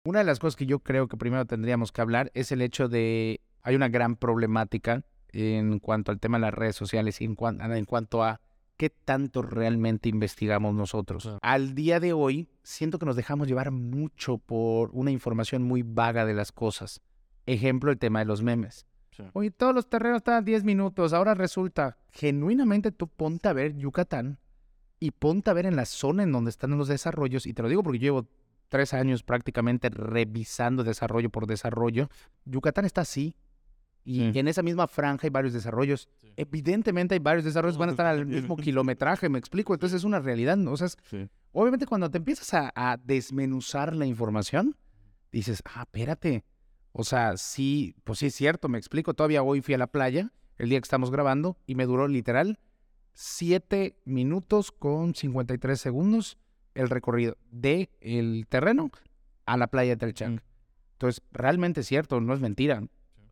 Una de las cosas que yo creo que primero tendríamos que hablar es el hecho de, hay una gran problemática en cuanto al tema de las redes sociales y en cuanto a qué tanto realmente investigamos nosotros. Claro. Al día de hoy, siento que nos dejamos llevar mucho por una información muy vaga de las cosas. Ejemplo, el tema de los memes. Sí. Oye, todos los terrenos están a 10 minutos, ahora resulta, genuinamente tú ponte a ver Yucatán y ponte a ver en la zona en donde están los desarrollos, y te lo digo porque llevo 3 años prácticamente revisando desarrollo por desarrollo. Yucatán está así, y Sí. en esa misma franja hay varios desarrollos. Sí. Evidentemente hay varios desarrollos que van a estar al mismo kilometraje, me explico, entonces es una realidad, ¿no? O sea, Sí. obviamente cuando te empiezas a desmenuzar la información, dices, espérate, o sea, sí, pues sí es cierto, me explico, todavía hoy fui a la playa, el día que estamos grabando, y me duró literal 7 minutos con 53 segundos el recorrido de el terreno a la playa de Telchac. Entonces, realmente es cierto, no es mentira.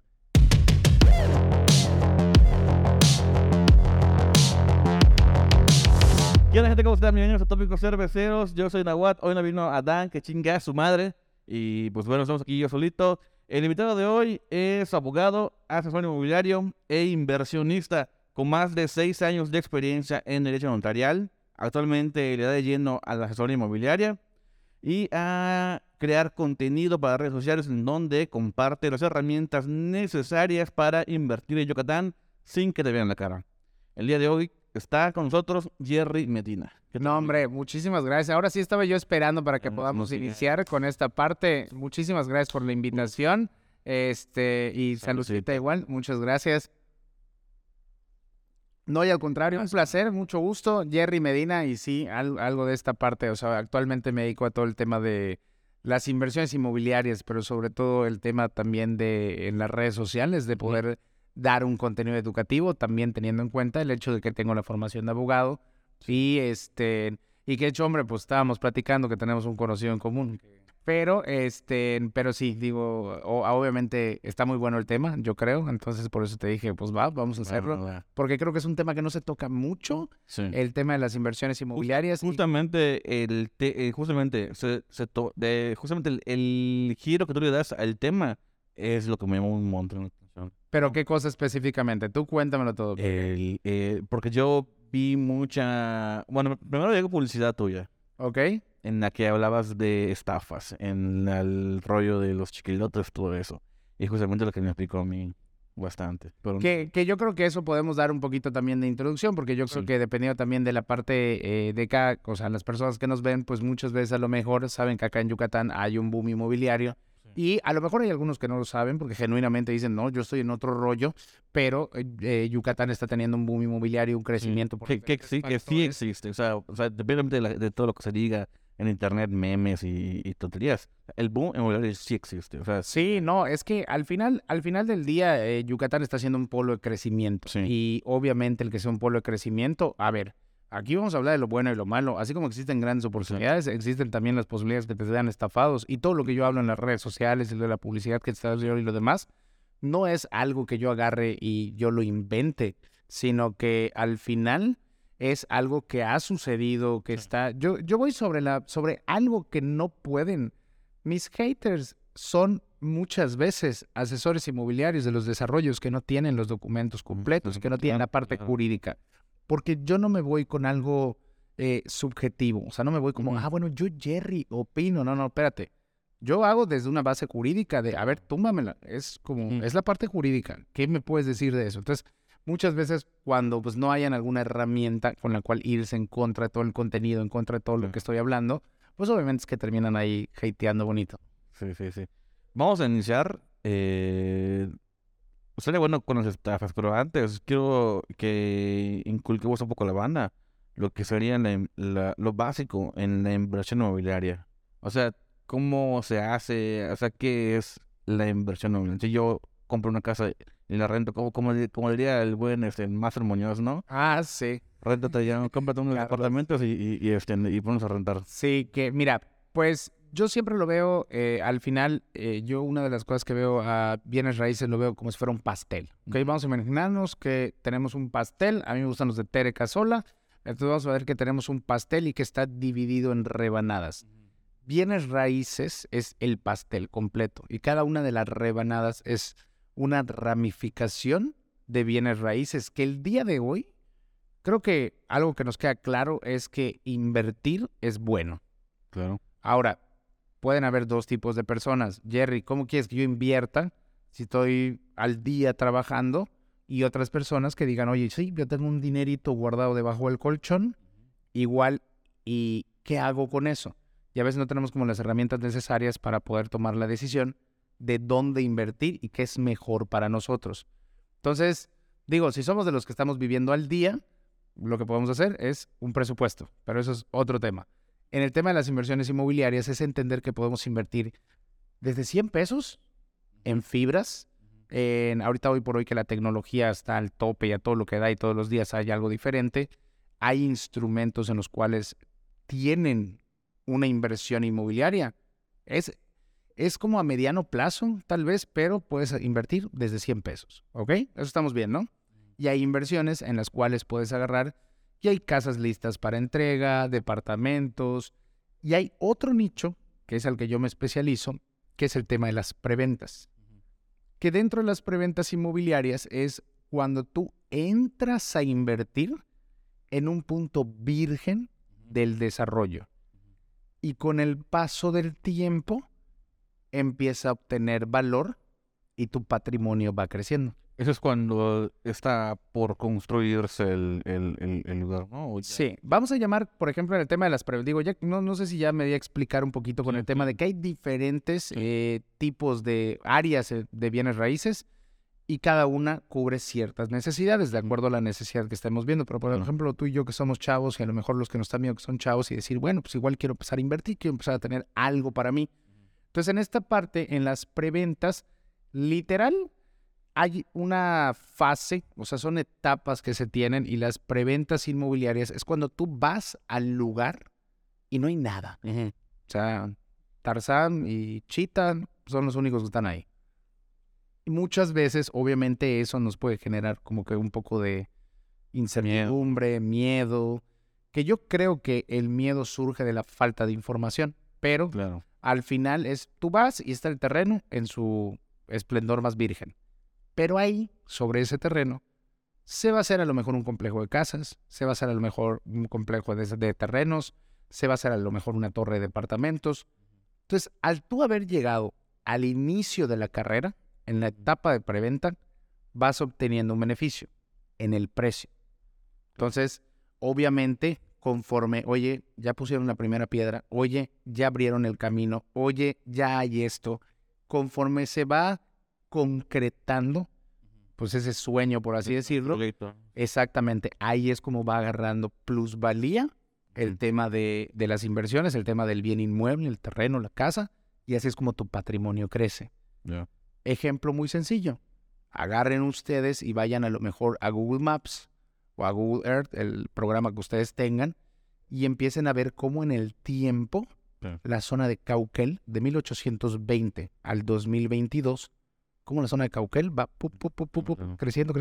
¿Qué onda, gente? ¿Cómo están? Bienvenidos a Tópicos Cerveceros. Yo soy Nahuat. Hoy no vino Adán, que chinga a su madre. Y pues bueno, estamos aquí yo solito. El invitado de hoy es abogado, asesor inmobiliario e inversionista con más de 6 años de experiencia en derecho notarial. Actualmente le da de lleno a la asesoría inmobiliaria y a crear contenido para redes sociales en donde comparte las herramientas necesarias para invertir en Yucatán sin que te vean la cara. El día de hoy está con nosotros Jerry Medina. No, hombre, muchísimas gracias. Ahora sí estaba yo esperando para que podamos iniciar con esta parte. Muchísimas gracias por la invitación. Y saludcita igual, muchas gracias. No, y al contrario, es un placer, mucho gusto. Jerry Medina, y sí, algo de esta parte. O sea, actualmente me dedico a todo el tema de las inversiones inmobiliarias, pero sobre todo el tema también de en las redes sociales, de poder dar un contenido educativo, también teniendo en cuenta el hecho de que tengo la formación de abogado. Y y que de hecho, hombre, pues estábamos platicando que tenemos un conocido en común. Pero sí, digo, obviamente está muy bueno el tema, yo creo. Entonces, por eso te dije, pues vamos a hacerlo. Porque creo que es un tema que no se toca mucho, el tema de las inversiones inmobiliarias. Justamente el giro que tú le das al tema es lo que me llamó un montón la atención. Pero ¿qué cosa específicamente? Tú cuéntamelo todo. Porque yo vi mucha... Bueno, primero llegó publicidad tuya. ¿Ok? En la que hablabas de estafas, en el rollo de los chiquilotes, todo eso. Y justamente lo que me explicó a mí bastante. Pero... Que yo creo que eso podemos dar un poquito también de introducción, porque yo creo que dependiendo también de la parte de cada, o sea, las personas que nos ven, pues muchas veces a lo mejor saben que acá en Yucatán hay un boom inmobiliario. Y a lo mejor hay algunos que no lo saben porque genuinamente dicen, no, yo estoy en otro rollo, pero Yucatán está teniendo un boom inmobiliario, un crecimiento. Que sí existe, o sea depende de todo lo que se diga en internet, memes y tonterías. El boom inmobiliario sí existe. O sea, sí, no, es que al final del día Yucatán está siendo un polo de crecimiento. Sí. Y obviamente el que sea un polo de crecimiento, a ver, aquí vamos a hablar de lo bueno y lo malo. Así como existen grandes oportunidades, existen también las posibilidades que te sean estafados. Y todo lo que yo hablo en las redes sociales y de la publicidad que está haciendo y lo demás, no es algo que yo agarre y yo lo invente, sino que al final es algo que ha sucedido, que está... Yo voy sobre algo que no pueden. Mis haters son muchas veces asesores inmobiliarios de los desarrollos que no tienen los documentos completos, que no tienen la parte jurídica. Porque yo no me voy con algo subjetivo. O sea, no me voy como, bueno, yo Jerry opino. No, espérate. Yo hago desde una base jurídica de, a ver, túmbamela. Es como, es la parte jurídica. ¿Qué me puedes decir de eso? Entonces, muchas veces cuando pues no hayan alguna herramienta con la cual irse en contra de todo el contenido, en contra de todo lo que estoy hablando, pues obviamente es que terminan ahí hateando bonito. Sí. Vamos a iniciar. Sería bueno con las estafas, pero antes quiero que inculquemos un poco a la banda lo que sería lo básico en la inversión inmobiliaria. O sea, ¿cómo se hace? O sea, ¿qué es la inversión inmobiliaria? Si yo compro una casa y la rento, como diría el buen Master Muñoz, ¿no? Ah, sí. Réntate ya, cómprate unos apartamentos y ponnos a rentar. Sí, que mira, pues yo siempre lo veo, al final, yo una de las cosas que veo a bienes raíces lo veo como si fuera un pastel. ¿Okay? Vamos a imaginarnos que tenemos un pastel, a mí me gustan los de Tere Casola, entonces vamos a ver que tenemos un pastel y que está dividido en rebanadas. bienes raíces es el pastel completo y cada una de las rebanadas es una ramificación de bienes raíces que el día de hoy creo que algo que nos queda claro es que invertir es bueno. Claro. Ahora, pueden haber dos tipos de personas. Jerry, ¿cómo quieres que yo invierta si estoy al día trabajando? Y otras personas que digan, oye, sí, yo tengo un dinerito guardado debajo del colchón, igual, ¿y qué hago con eso? Y a veces no tenemos como las herramientas necesarias para poder tomar la decisión de dónde invertir y qué es mejor para nosotros. Entonces, digo, si somos de los que estamos viviendo al día, lo que podemos hacer es un presupuesto, pero eso es otro tema. En el tema de las inversiones inmobiliarias es entender que podemos invertir desde 100 pesos en fibras. Ahorita hoy por hoy que la tecnología está al tope y a todo lo que da y todos los días hay algo diferente, hay instrumentos en los cuales tienen una inversión inmobiliaria. Es como a mediano plazo, tal vez, pero puedes invertir desde 100 pesos, ¿ok? Eso estamos bien, ¿no? Y hay inversiones en las cuales puedes agarrar y hay casas listas para entrega, departamentos, y hay otro nicho, que es al que yo me especializo, que es el tema de las preventas. Que dentro de las preventas inmobiliarias es cuando tú entras a invertir en un punto virgen del desarrollo. Y con el paso del tiempo empieza a obtener valor y tu patrimonio va creciendo. Eso es cuando está por construirse el lugar, ¿no? Sí, vamos a llamar, por ejemplo, en el tema de las preventas. Digo, ya no sé si ya me voy a explicar un poquito con el tema de que hay diferentes tipos de áreas de bienes raíces y cada una cubre ciertas necesidades de acuerdo a la necesidad que estemos viendo. Pero, por ejemplo, tú y yo que somos chavos y a lo mejor los que nos están viendo que son chavos y decir, bueno, pues igual quiero empezar a invertir, quiero empezar a tener algo para mí. Entonces, en esta parte, en las preventas, literal, hay una fase, o sea, son etapas que se tienen y las preventas inmobiliarias es cuando tú vas al lugar y no hay nada. O sea, Tarzán y Chita son los únicos que están ahí. Y muchas veces, obviamente, eso nos puede generar como que un poco de incertidumbre, miedo, que yo creo que el miedo surge de la falta de información, pero al final tú vas y está el terreno en su esplendor más virgen. Pero ahí, sobre ese terreno, se va a hacer a lo mejor un complejo de casas, se va a hacer a lo mejor un complejo de terrenos, se va a hacer a lo mejor una torre de departamentos. Entonces, al tú haber llegado al inicio de la carrera, en la etapa de preventa, vas obteniendo un beneficio en el precio. Entonces, obviamente, conforme, oye, ya pusieron la primera piedra, oye, ya abrieron el camino, oye, ya hay esto, conforme se va concretando, pues ese sueño, por así decirlo, exactamente, ahí es como va agarrando plusvalía el tema de las inversiones, el tema del bien inmueble, el terreno, la casa, y así es como tu patrimonio crece. Ejemplo muy sencillo, agarren ustedes y vayan a lo mejor a Google Maps o a Google Earth, el programa que ustedes tengan, y empiecen a ver cómo en el tiempo la zona de Cauquel, de 1820 al 2022, como la zona de Cauquel va creciendo.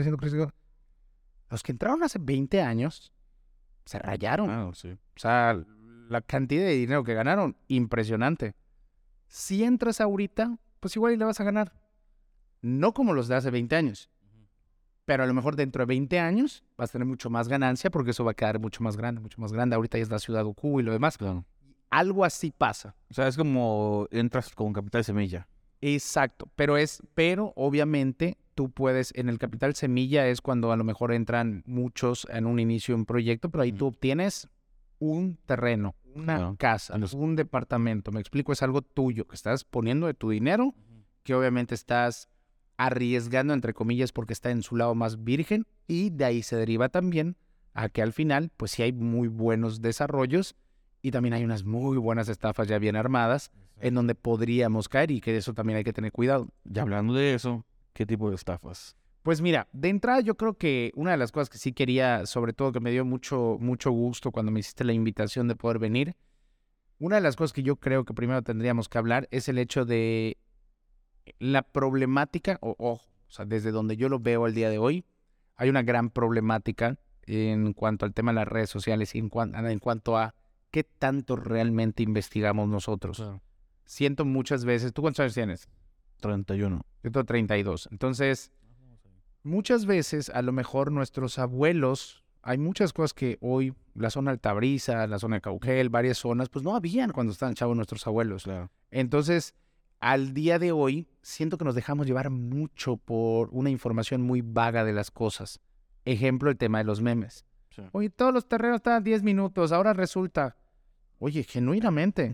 Los que entraron hace 20 años se rayaron. O sea, la cantidad de dinero que ganaron, impresionante. Si entras ahorita, pues igual y le vas a ganar. No como los de hace 20 años. Pero a lo mejor dentro de 20 años vas a tener mucho más ganancia porque eso va a quedar mucho más grande, mucho más grande. Ahorita ya es la ciudad de Ucú y lo demás. Algo así pasa. O sea, es como entras con capital semilla. Exacto, pero obviamente tú puedes, en el capital semilla es cuando a lo mejor entran muchos en un inicio de un proyecto, pero ahí tú obtienes un terreno, una casa, un departamento, me explico, es algo tuyo, que estás poniendo de tu dinero, que obviamente estás arriesgando, entre comillas, porque está en su lado más virgen, y de ahí se deriva también a que al final, pues sí hay muy buenos desarrollos, y también hay unas muy buenas estafas ya bien armadas, en donde podríamos caer y que de eso también hay que tener cuidado. Y hablando de eso, ¿qué tipo de estafas? Pues mira, de entrada yo creo que una de las cosas que sí quería, sobre todo que me dio mucho gusto cuando me hiciste la invitación de poder venir, una de las cosas que yo creo que primero tendríamos que hablar es el hecho de la problemática, o sea, desde donde yo lo veo al día de hoy, hay una gran problemática en cuanto al tema de las redes sociales y en cuanto a ¿qué tanto realmente investigamos nosotros? Claro. Siento muchas veces, ¿tú cuántos años tienes? 31. Yo tengo 32. Entonces, muchas veces a lo mejor nuestros abuelos, hay muchas cosas que hoy, la zona Altabrisa, la zona de Cauquel, varias zonas, pues no habían cuando estaban chavos nuestros abuelos. Claro. Entonces, al día de hoy, siento que nos dejamos llevar mucho por una información muy vaga de las cosas. Ejemplo, el tema de los memes. Sí. Oye, todos los terrenos están a 10 minutos, ahora resulta. Oye, genuinamente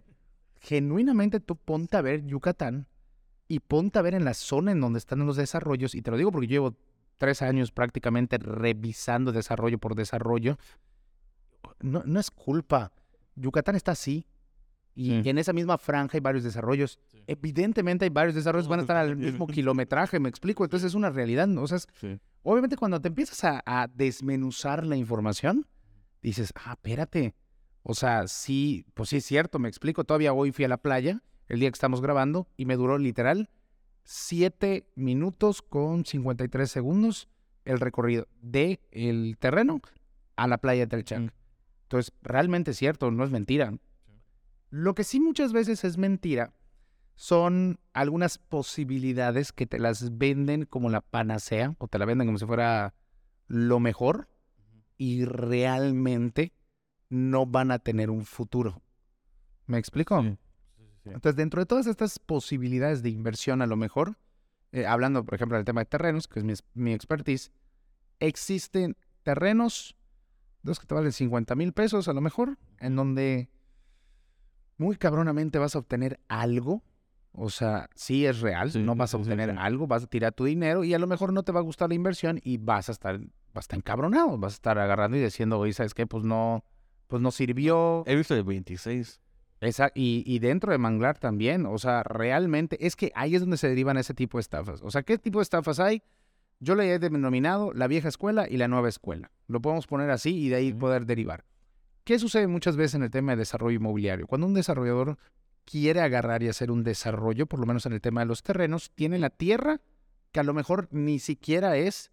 tú ponte a ver Yucatán y ponte a ver en la zona en donde están los desarrollos, y te lo digo porque llevo 3 años prácticamente revisando desarrollo por desarrollo. No es culpa. Yucatán está así. Y en esa misma franja hay varios desarrollos. Sí. Evidentemente hay varios desarrollos que van a estar al mismo kilometraje, me explico. Entonces es una realidad, ¿no? O sea, Sí. obviamente cuando te empiezas a desmenuzar la información, dices, espérate. O sea, sí, pues sí es cierto, me explico. Todavía hoy fui a la playa, el día que estamos grabando, y me duró literal 7 minutos con 53 segundos el recorrido del terreno a la playa de Telchac. Entonces, realmente es cierto, no es mentira. Lo que sí muchas veces es mentira son algunas posibilidades que te las venden como la panacea o te la venden como si fuera lo mejor y realmente no van a tener un futuro. ¿Me explico? Sí. Entonces, dentro de todas estas posibilidades de inversión a lo mejor, hablando, por ejemplo, del tema de terrenos, que es mi expertise, existen terrenos, dos que te valen 50,000 pesos a lo mejor, en donde muy cabronamente vas a obtener algo. O sea, sí es real, Sí, no vas a sí, sí, obtener sí. algo, vas a tirar tu dinero y a lo mejor no te va a gustar la inversión y vas a estar encabronado, vas a estar agarrando y diciendo, oye, ¿sabes qué? Pues no sirvió. He visto de 26. Y dentro de Manglar también, o sea, realmente es que ahí es donde se derivan ese tipo de estafas. O sea, ¿qué tipo de estafas hay? Yo le he denominado la vieja escuela y la nueva escuela. Lo podemos poner así y de ahí poder derivar. ¿Qué sucede muchas veces en el tema de desarrollo inmobiliario? Cuando un desarrollador quiere agarrar y hacer un desarrollo, por lo menos en el tema de los terrenos, tiene la tierra que a lo mejor ni siquiera es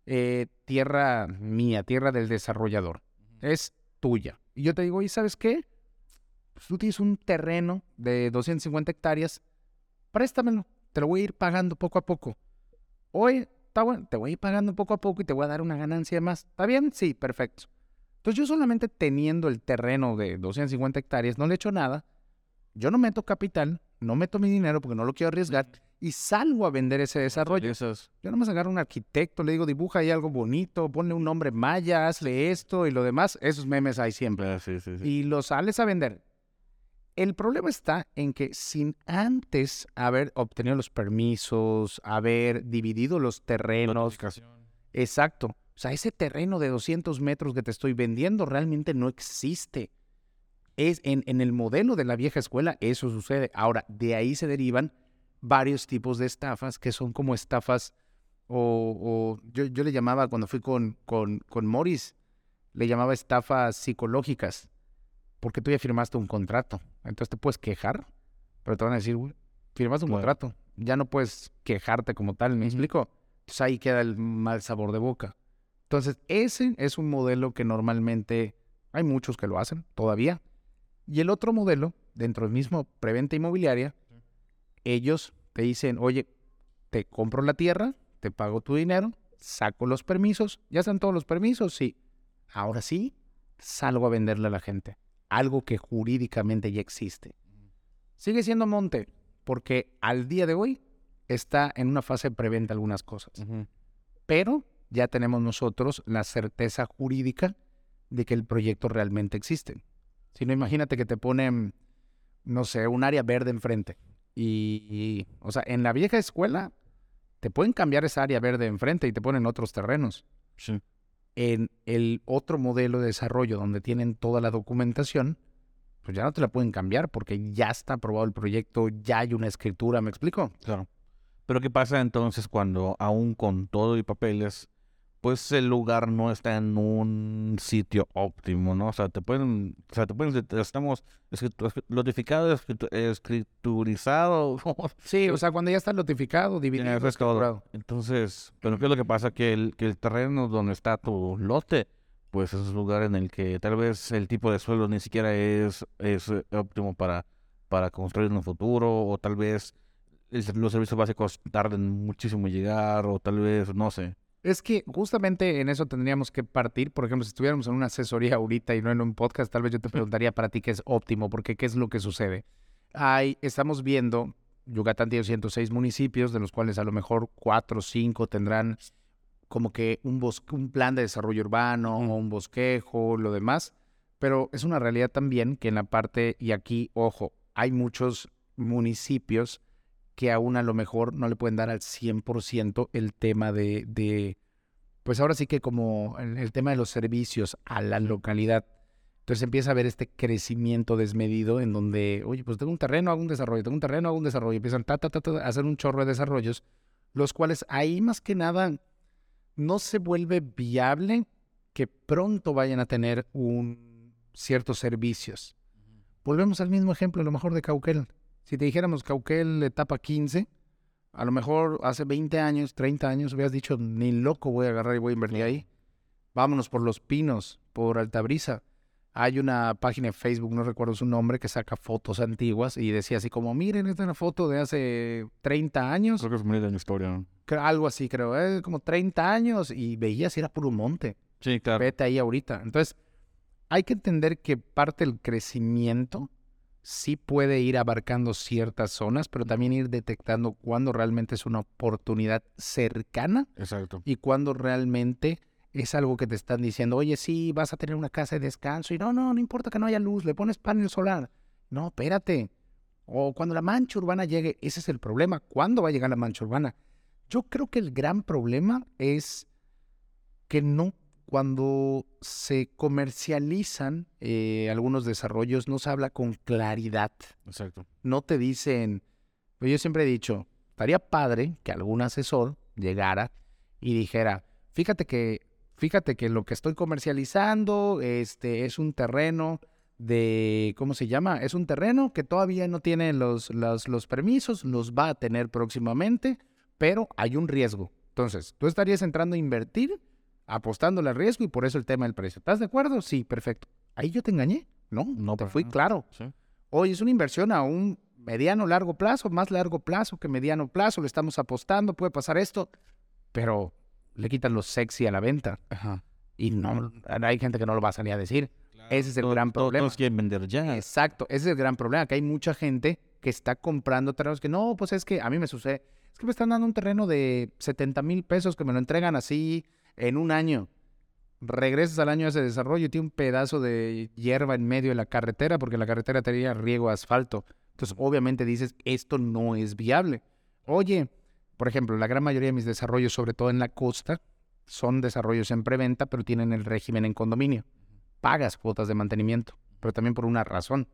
tierra mía, tierra del desarrollador. Es tuya. Y yo te digo, ¿y sabes qué? Pues tú tienes un terreno de 250 hectáreas, préstamelo, te lo voy a ir pagando poco a poco. Oye, está bueno, te voy a ir pagando poco a poco y te voy a dar una ganancia más. ¿Está bien? Sí, perfecto. Entonces yo solamente teniendo el terreno de 250 hectáreas, no le echo nada, yo no meto capital, no meto mi dinero porque no lo quiero arriesgar y salgo a vender ese desarrollo. Yo nomás agarro a un arquitecto, le digo, dibuja ahí algo bonito, ponle un nombre maya, hazle esto y lo demás. Esos memes hay siempre. Sí. Y lo sales a vender. El problema está en que sin antes haber obtenido los permisos, haber dividido los terrenos. Exacto. O sea, ese terreno de 200 metros que te estoy vendiendo realmente no existe. Es en el modelo de la vieja escuela, eso sucede. Ahora, de ahí se derivan varios tipos de estafas que son como estafas o yo le llamaba, cuando fui con Morris, le llamaba estafas psicológicas, porque tú ya firmaste un contrato. Entonces te puedes quejar, pero te van a decir, güey, firmaste un contrato, ya no puedes quejarte como tal, ¿me explico? Entonces ahí queda el mal sabor de boca. Entonces ese es un modelo que normalmente hay muchos que lo hacen todavía. Y el otro modelo, dentro del mismo preventa inmobiliaria, ellos te dicen, oye, te compro la tierra, te pago tu dinero, saco los permisos, ya están todos los permisos, sí. Ahora sí, salgo a venderle a la gente algo que jurídicamente ya existe. Sigue siendo monte, porque al día de hoy está en una fase de preventa algunas cosas. Pero ya tenemos nosotros la certeza jurídica de que el proyecto realmente existe. Si no, imagínate que te ponen, no sé, un área verde enfrente. O sea, en la vieja escuela te pueden cambiar esa área verde enfrente y te ponen otros terrenos. Sí. En el otro modelo de desarrollo donde tienen toda la documentación, pues ya no te la pueden cambiar porque ya está aprobado el proyecto, ya hay una escritura, ¿me explico? Claro. Pero ¿qué pasa entonces cuando aún con todo y papeles, pues el lugar no está en un sitio óptimo, ¿no? O sea, estamos notificado, escriturizado. Sí, o sea, cuando ya está notificado, dividido, Eso es todo. escriturado. Entonces, pero ¿qué es lo que pasa? Que el terreno donde está tu lote, pues esos lugares en el que tal vez el tipo de suelo ni siquiera es óptimo para construir en un futuro, o tal vez los servicios básicos tarden muchísimo en llegar, o tal vez, no sé. Es que justamente en eso tendríamos que partir. Por ejemplo, si estuviéramos en una asesoría ahorita y no en un podcast, tal vez yo te preguntaría para ti qué es óptimo, porque qué es lo que sucede. Estamos viendo, Yucatán tiene 106 municipios, de los cuales a lo mejor 4 o 5 tendrán como que un plan de desarrollo urbano o un bosquejo, lo demás. Pero es una realidad también que en la parte, y aquí, ojo, hay muchos municipios que aún a lo mejor no le pueden dar al 100% el tema pues ahora sí que como el tema de los servicios a la localidad. Entonces empieza a haber este crecimiento desmedido en donde, oye, pues tengo un terreno, hago un desarrollo, tengo un terreno, hago un desarrollo. Empiezan a hacer un chorro de desarrollos, los cuales ahí más que nada no se vuelve viable que pronto vayan a tener ciertos servicios. Volvemos al mismo ejemplo, a lo mejor de Cauquel. Si te dijéramos Cauquel etapa 15, a lo mejor hace 20 años, 30 años, hubieras dicho, ni loco voy a agarrar y voy a invertir ahí. Vámonos por Los Pinos, por Altabrisa. Hay una página de Facebook, no recuerdo su nombre, que saca fotos antiguas y decía así como, miren, esta es una foto de hace 30 años. Creo que es muy de la historia, ¿no? Algo así, creo, como 30 años y veías, era puro monte. Sí, claro. Vete ahí ahorita. Entonces, hay que entender que parte del crecimiento sí puede ir abarcando ciertas zonas, pero también ir detectando cuándo realmente es una oportunidad cercana. Exacto. Y cuándo realmente es algo que te están diciendo, oye, sí, vas a tener una casa de descanso y no importa que no haya luz, le pones panel solar. No, espérate. O cuando la mancha urbana llegue, ese es el problema. ¿Cuándo va a llegar la mancha urbana? Yo creo que el gran problema es que cuando se comercializan algunos desarrollos, no se habla con claridad. Exacto. No te dicen, pues yo siempre he dicho, estaría padre que algún asesor llegara y dijera, fíjate que lo que estoy comercializando es un terreno ¿cómo se llama? Es un terreno que todavía no tiene los permisos, los va a tener próximamente, pero hay un riesgo. Entonces, tú estarías entrando a invertir, apostándole al riesgo y por eso el tema del precio. ¿Estás de acuerdo? Sí, perfecto. ¿Ahí yo te engañé? No, te fui claro. Sí. Oye, es una inversión a un mediano, largo plazo, más largo plazo que mediano plazo, le estamos apostando, puede pasar esto, pero le quitan lo sexy a la venta. Ajá. Y no, hay gente que no lo va a salir a decir. Claro. Ese es el gran problema. Todos quieren vender ya. Exacto, ese es el gran problema, que hay mucha gente que está comprando terrenos que no, pues es que a mí me sucede, es que me están dando un terreno de 70,000 pesos que me lo entregan así en un año. Regresas al año de ese desarrollo y tiene un pedazo de hierba en medio de la carretera porque la carretera tenía riego asfalto. Entonces, obviamente dices, esto no es viable. Oye, por ejemplo, la gran mayoría de mis desarrollos, sobre todo en la costa, son desarrollos en preventa, pero tienen el régimen en condominio. Pagas cuotas de mantenimiento, pero también por una razón.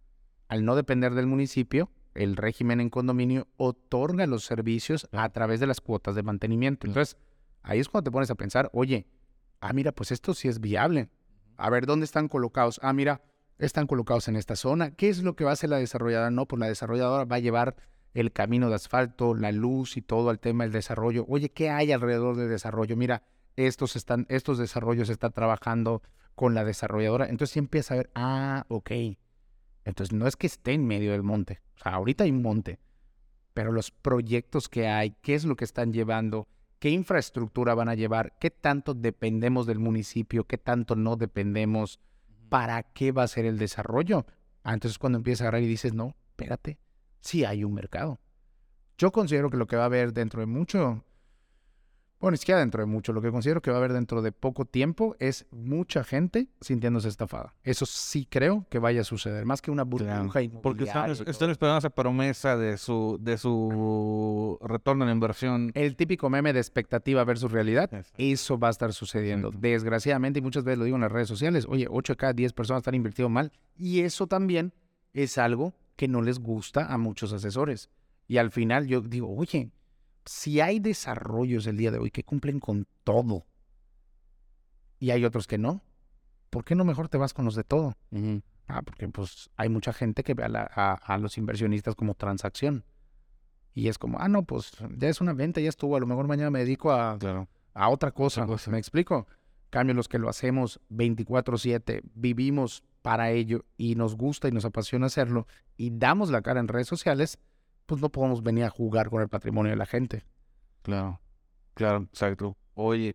Al no depender del municipio, el régimen en condominio otorga los servicios a través de las cuotas de mantenimiento. Entonces, ahí es cuando te pones a pensar, oye, mira, pues esto sí es viable. A ver, ¿dónde están colocados? Mira, están colocados en esta zona. ¿Qué es lo que va a hacer la desarrolladora? No, pues la desarrolladora va a llevar el camino de asfalto, la luz y todo al tema del desarrollo. Oye, ¿qué hay alrededor del desarrollo? Mira, estos desarrollos están trabajando con la desarrolladora. Entonces sí empieza a ver, ok. Entonces no es que esté en medio del monte. O sea, ahorita hay un monte. Pero los proyectos que hay, ¿qué es lo que están llevando? ¿Qué infraestructura van a llevar? ¿Qué tanto dependemos del municipio? ¿Qué tanto no dependemos? ¿Para qué va a ser el desarrollo? Entonces cuando empiezas a agarrar y dices, no, espérate, sí hay un mercado. Yo considero que lo que va a haber dentro de mucho, bueno, ni siquiera dentro de mucho, lo que considero que va a haber dentro de poco tiempo es mucha gente sintiéndose estafada. Eso sí creo que vaya a suceder, más que una burbuja inmobiliaria. Porque están esperando esa promesa de su retorno a la inversión. El típico meme de expectativa versus realidad, eso va a estar sucediendo. Desgraciadamente, y muchas veces lo digo en las redes sociales, oye, 8 de cada 10 personas están invirtiendo mal, y eso también es algo que no les gusta a muchos asesores. Y al final yo digo, oye, si hay desarrollos el día de hoy que cumplen con todo y hay otros que no, ¿por qué no mejor te vas con los de todo? Porque pues hay mucha gente que ve a los inversionistas como transacción. Y es como, no, pues ya es una venta, ya estuvo, a lo mejor mañana me dedico a otra cosa. ¿Me explico? Cambio los que lo hacemos 24/7, vivimos para ello y nos gusta y nos apasiona hacerlo y damos la cara en redes sociales, pues no podemos venir a jugar con el patrimonio de la gente. Claro, claro, exacto. Oye,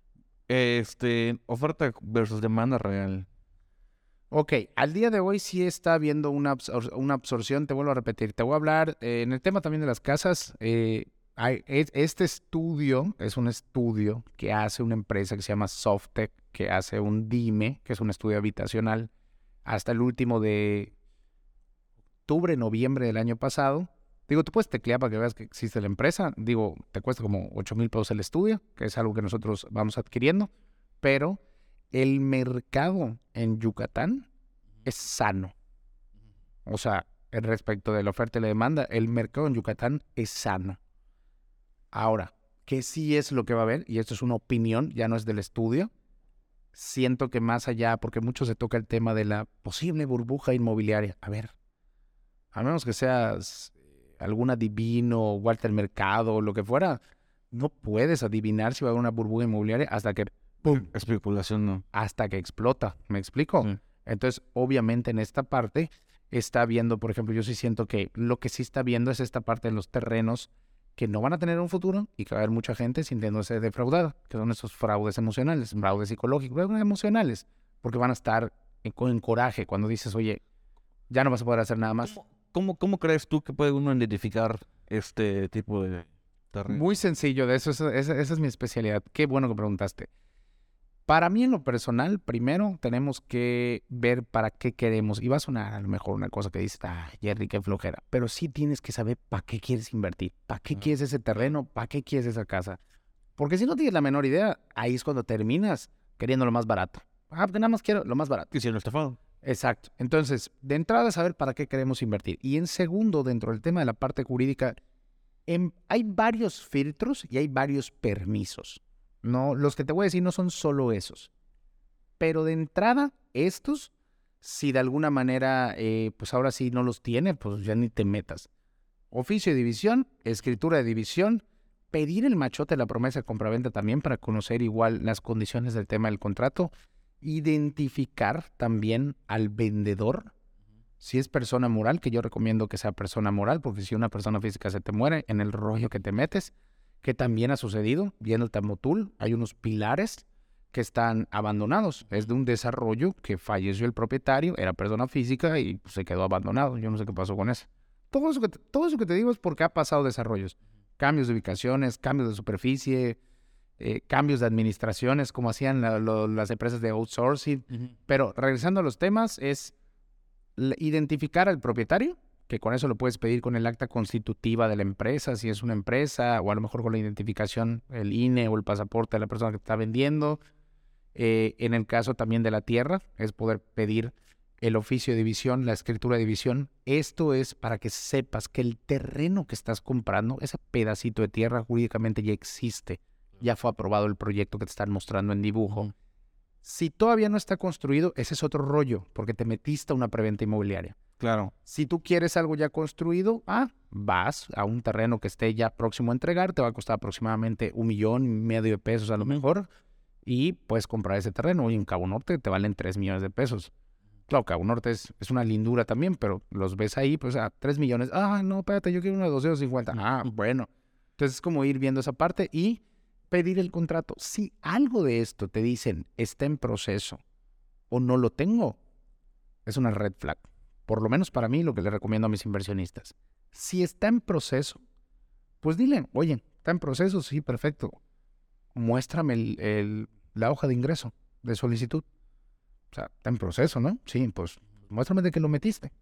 oferta versus demanda real. Ok, al día de hoy sí está habiendo una absorción, te vuelvo a repetir, te voy a hablar en el tema también de las casas. Este estudio es un estudio que hace una empresa que se llama Softec, que hace un DIME, que es un estudio habitacional, hasta el último de octubre, noviembre del año pasado. Digo, tú puedes teclear para que veas que existe la empresa. Digo, te cuesta como 8,000 pesos el estudio, que es algo que nosotros vamos adquiriendo, pero el mercado en Yucatán es sano. O sea, respecto de la oferta y la demanda, el mercado en Yucatán es sano. Ahora, ¿qué sí es lo que va a haber? Y esto es una opinión, ya no es del estudio. Siento que más allá, porque mucho se toca el tema de la posible burbuja inmobiliaria. A ver, a menos que seas algún adivino, Walter Mercado, lo que fuera, no puedes adivinar si va a haber una burbuja inmobiliaria hasta que ¡pum! Especulación, no. Hasta que explota. ¿Me explico? Sí. Entonces, obviamente en esta parte está viendo, por ejemplo, yo sí siento que lo que sí está viendo es esta parte de los terrenos que no van a tener un futuro y que va a haber mucha gente sintiéndose defraudada, que son esos fraudes emocionales, fraudes psicológicos, fraudes emocionales, porque van a estar en coraje cuando dices, oye, ya no vas a poder hacer nada más. ¿Cómo crees tú que puede uno identificar este tipo de terreno? Muy sencillo, de eso esa es mi especialidad. Qué bueno que preguntaste. Para mí, en lo personal, primero tenemos que ver para qué queremos. Y va a sonar a lo mejor una cosa que dice, Jerry, qué flojera. Pero sí tienes que saber para qué quieres invertir. ¿Para qué quieres ese terreno? ¿Para qué quieres esa casa? Porque si no tienes la menor idea, ahí es cuando terminas queriendo lo más barato. Porque nada más quiero lo más barato. Y siendo estafado. Exacto. Entonces, de entrada, saber para qué queremos invertir. Y en segundo, dentro del tema de la parte jurídica, hay varios filtros y hay varios permisos. No, los que te voy a decir no son solo esos. Pero de entrada, estos, si de alguna manera, pues ahora sí no los tiene, pues ya ni te metas. Oficio de división, escritura de división, pedir el machote de la promesa de compraventa también para conocer igual las condiciones del tema del contrato, identificar también al vendedor, si es persona moral, que yo recomiendo que sea persona moral, porque si una persona física se te muere en el rollo que te metes, que también ha sucedido, viendo el Tamotul, hay unos pilares que están abandonados. Es de un desarrollo que falleció el propietario, era persona física y pues, se quedó abandonado. Yo no sé qué pasó con eso. Todo eso que te digo es porque ha pasado desarrollos. Cambios de ubicaciones, cambios de superficie, cambios de administraciones, como hacían las empresas de outsourcing. Pero regresando a los temas, es identificar al propietario, que con eso lo puedes pedir con el acta constitutiva de la empresa, si es una empresa, o a lo mejor con la identificación, el INE o el pasaporte de la persona que está vendiendo. En el caso también de la tierra, es poder pedir el oficio de división, la escritura de división. Esto es para que sepas que el terreno que estás comprando, ese pedacito de tierra jurídicamente ya existe, ya fue aprobado el proyecto que te están mostrando en dibujo. Si todavía no está construido, ese es otro rollo, porque te metiste a una preventa inmobiliaria. Claro. Si tú quieres algo ya construido, vas a un terreno que esté ya próximo a entregar, te va a costar aproximadamente 1,5 millones de pesos a lo mejor, y puedes comprar ese terreno. Y en Cabo Norte te valen 3 millones de pesos. Claro, Cabo Norte es una lindura también, pero los ves ahí, pues a 3 millones. No, espérate, yo quiero uno de 250. Bueno. Entonces es como ir viendo esa parte y pedir el contrato. Si algo de esto te dicen está en proceso o no lo tengo, es una red flag. Por lo menos para mí, lo que le recomiendo a mis inversionistas. Si está en proceso, pues dile, oye, ¿está en proceso? Sí, perfecto. Muéstrame la hoja de ingreso, de solicitud. O sea, está en proceso, ¿no? Sí, pues muéstrame de que lo metiste.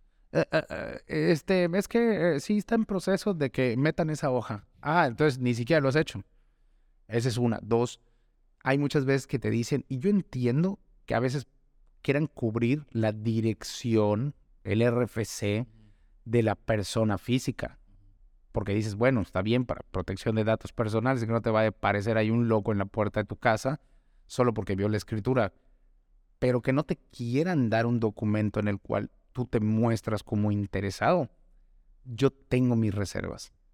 Es que sí está en proceso de que metan esa hoja. Entonces ni siquiera lo has hecho. Esa es una. Dos, hay muchas veces que te dicen, y yo entiendo que a veces quieran cubrir la dirección, el RFC de la persona física. Porque dices, bueno, está bien para protección de datos personales, que no te vaya a aparecer ahí un loco en la puerta de tu casa solo porque vio la escritura. Pero que no te quieran dar un documento en el cual tú te muestras como interesado. Yo tengo mis reservas.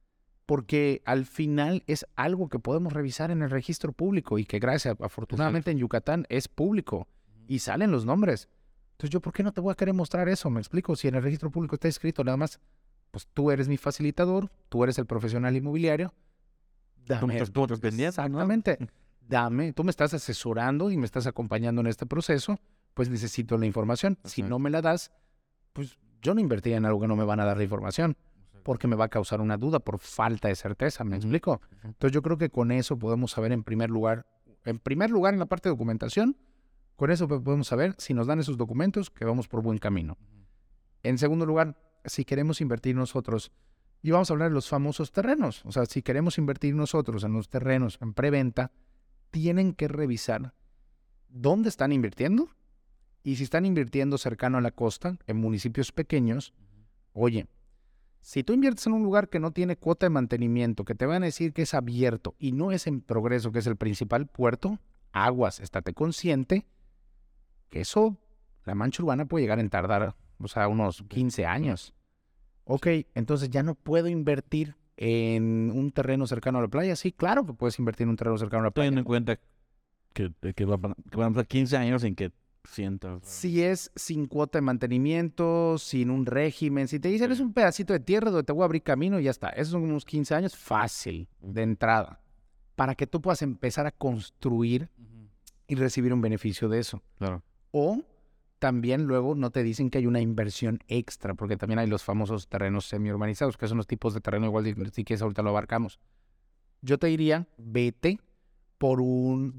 porque al final es algo que podemos revisar en el registro público y que afortunadamente en Yucatán es público y salen los nombres. Entonces, ¿yo por qué no te voy a querer mostrar eso? Me explico, si en el registro público está escrito nada más, pues tú eres mi facilitador, tú eres el profesional inmobiliario, dame. Tú otros pendientes, ¿no? Exactamente. Dame, tú me estás asesorando y me estás acompañando en este proceso, pues necesito la información. Si no me la das, pues yo no invertiría en algo que no me van a dar la información, porque me va a causar una duda por falta de certeza, ¿me explico? Entonces yo creo que con eso podemos saber en primer lugar en la parte de documentación, con eso podemos saber si nos dan esos documentos que vamos por buen camino. En segundo lugar, si queremos invertir nosotros, y vamos a hablar de los famosos terrenos, o sea, si queremos invertir nosotros en los terrenos en preventa, tienen que revisar dónde están invirtiendo y si están invirtiendo cercano a la costa, en municipios pequeños. Oye, si tú inviertes en un lugar que no tiene cuota de mantenimiento, que te van a decir que es abierto y no es en Progreso, que es el principal puerto, aguas, estate consciente que eso, la mancha urbana puede llegar en tardar, o sea, unos 15 años. Ok, entonces ya no puedo invertir en un terreno cercano a la playa. Sí, claro que puedes invertir en un terreno cercano a la playa. Teniendo en cuenta que van a pasar 15 años sin que sientas. Si es sin cuota de mantenimiento, sin un régimen, si te dicen es un pedacito de tierra donde te voy a abrir camino y ya está. Esos son unos 15 años fácil de entrada para que tú puedas empezar a construir y recibir un beneficio de eso. Claro. O también luego no te dicen que hay una inversión extra, porque también hay los famosos terrenos semi-urbanizados, que son los tipos de terreno, igual si quieres ahorita lo abarcamos. Yo te diría, vete por un,